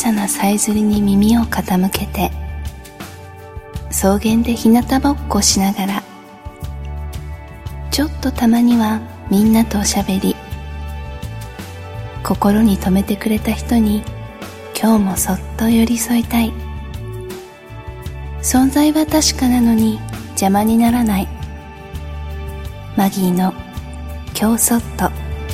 さなさえずりに耳を傾けて、草原で日向ぼっこしながら、ちょっとたまにはみんなとおしゃべり、心に留めてくれた人に今日もそっと寄り添いたい。存在は確かなのに邪魔にならない。マギーの今日そっと。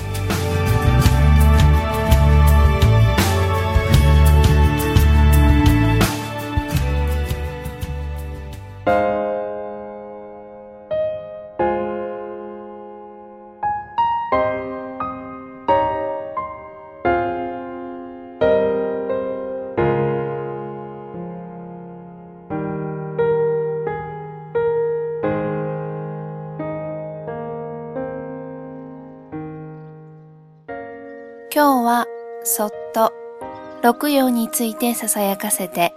今日はそっと六葉についてささやかせて。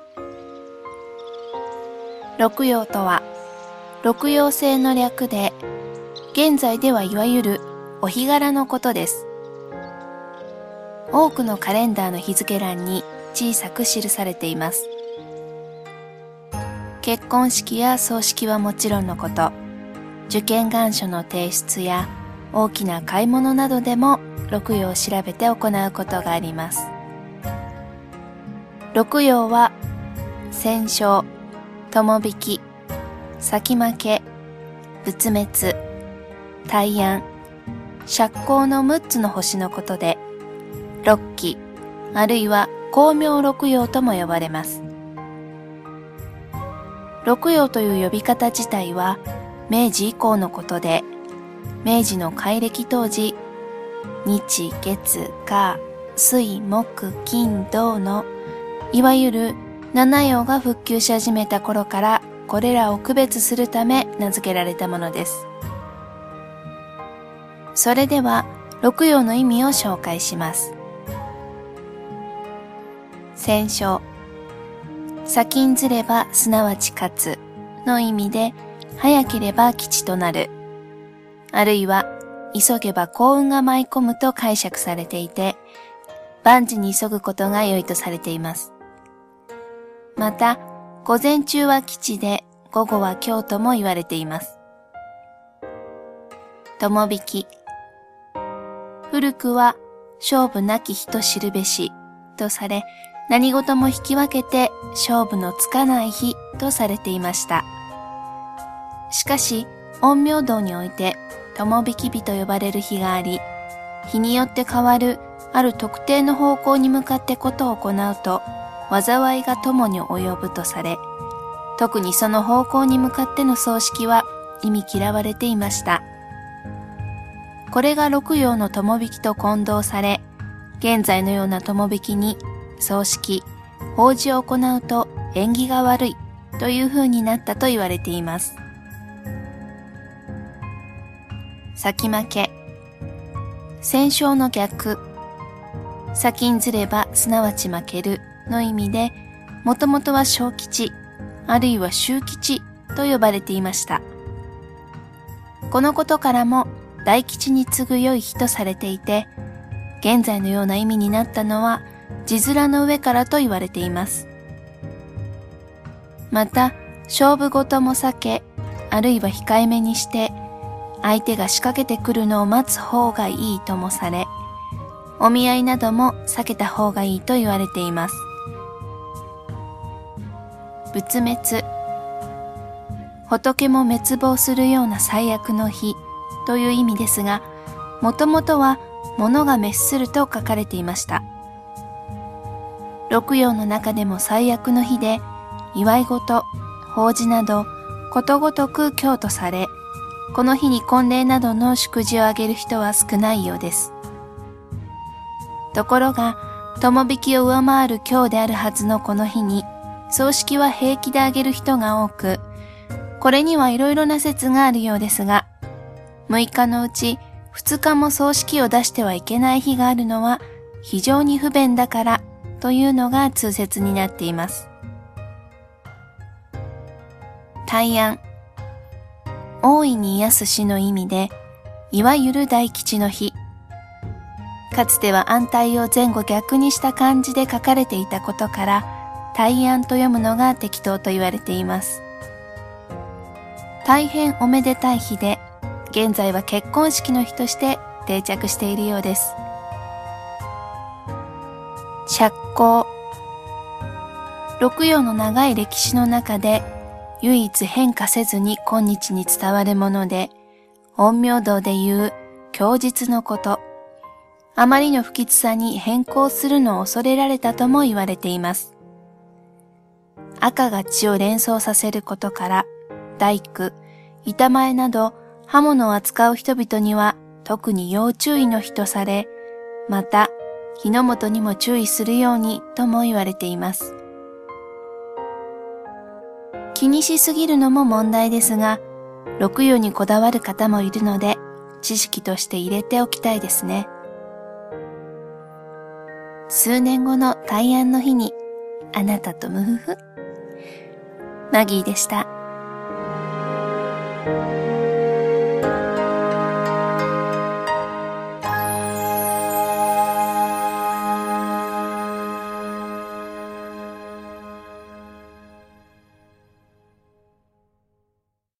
六葉とは六葉星の略で、現在ではいわゆるお日柄のことです。多くのカレンダーの日付欄に小さく記されています。結婚式や葬式はもちろんのこと、受験願書の提出や大きな買い物などでも六葉を調べて行うことがあります。六葉は戦勝、友引き、先負け、仏滅、大安、釈光の6つの星のことで、六期あるいは光明六葉とも呼ばれます。六葉という呼び方自体は明治以降のことで、明治の改暦当時、日月火水木金土のいわゆる七葉が復旧し始めた頃から、これらを区別するため名付けられたものです。それでは六葉の意味を紹介します。戦勝、先んずればすなわち勝つの意味で、早ければ吉となる、あるいは急げば幸運が舞い込むと解釈されていて、万事に急ぐことが良いとされています。また、午前中は吉で、午後は凶とも言われています。友引き、古くは勝負なき人知るべしとされ、何事も引き分けて勝負のつかない日とされていました。しかし、陰陽道において、友引き日と呼ばれる日があり、日によって変わるある特定の方向に向かってことを行うと、災いが友に及ぶとされ、特にその方向に向かっての葬式は忌み嫌われていました。これが六葉の友引きと混同され、現在のような友引きに葬式、法事を行うと縁起が悪いという風になったと言われています。先負け、戦勝の逆、先んずればすなわち負けるの意味で、もともとは小吉、あるいは終吉と呼ばれていました。このことからも大吉に次ぐ良い日とされていて、現在のような意味になったのは字面の上からと言われています。また、勝負事も避け、あるいは控えめにして、相手が仕掛けてくるのを待つ方がいいともされ、お見合いなども避けた方がいいと言われています。仏滅、仏も滅亡するような最悪の日という意味ですが、もともとは物が滅すると書かれていました。六葉の中でも最悪の日で、祝い事、法事などことごとく凶とされ、この日に婚礼などの祝辞を挙げる人は少ないようです。ところが、友引きを上回る凶であるはずのこの日に、葬式は平気で挙げる人が多く、これにはいろいろな説があるようですが、6日のうち2日も葬式を出してはいけない日があるのは非常に不便だからというのが通説になっています。大安、大いに癒す死の意味で、いわゆる大吉の日。 かつては安泰を前後逆にした漢字で書かれていたことから、大安と読むのが適当と言われています。大変おめでたい日で、現在は結婚式の日として定着しているようです。釈光。六曜の長い歴史の中で、唯一変化せずに今日に伝わるもので、陰陽道でいう供述のこと。あまりの不吉さに変更するのを恐れられたとも言われています。赤が血を連想させることから、大工、板前など刃物を扱う人々には特に要注意の日とされ、また火の元にも注意するようにとも言われています。気にしすぎるのも問題ですが、六曜にこだわる方もいるので、知識として入れておきたいですね。数年後の大安の日に、あなたとムフフ。マギーでした。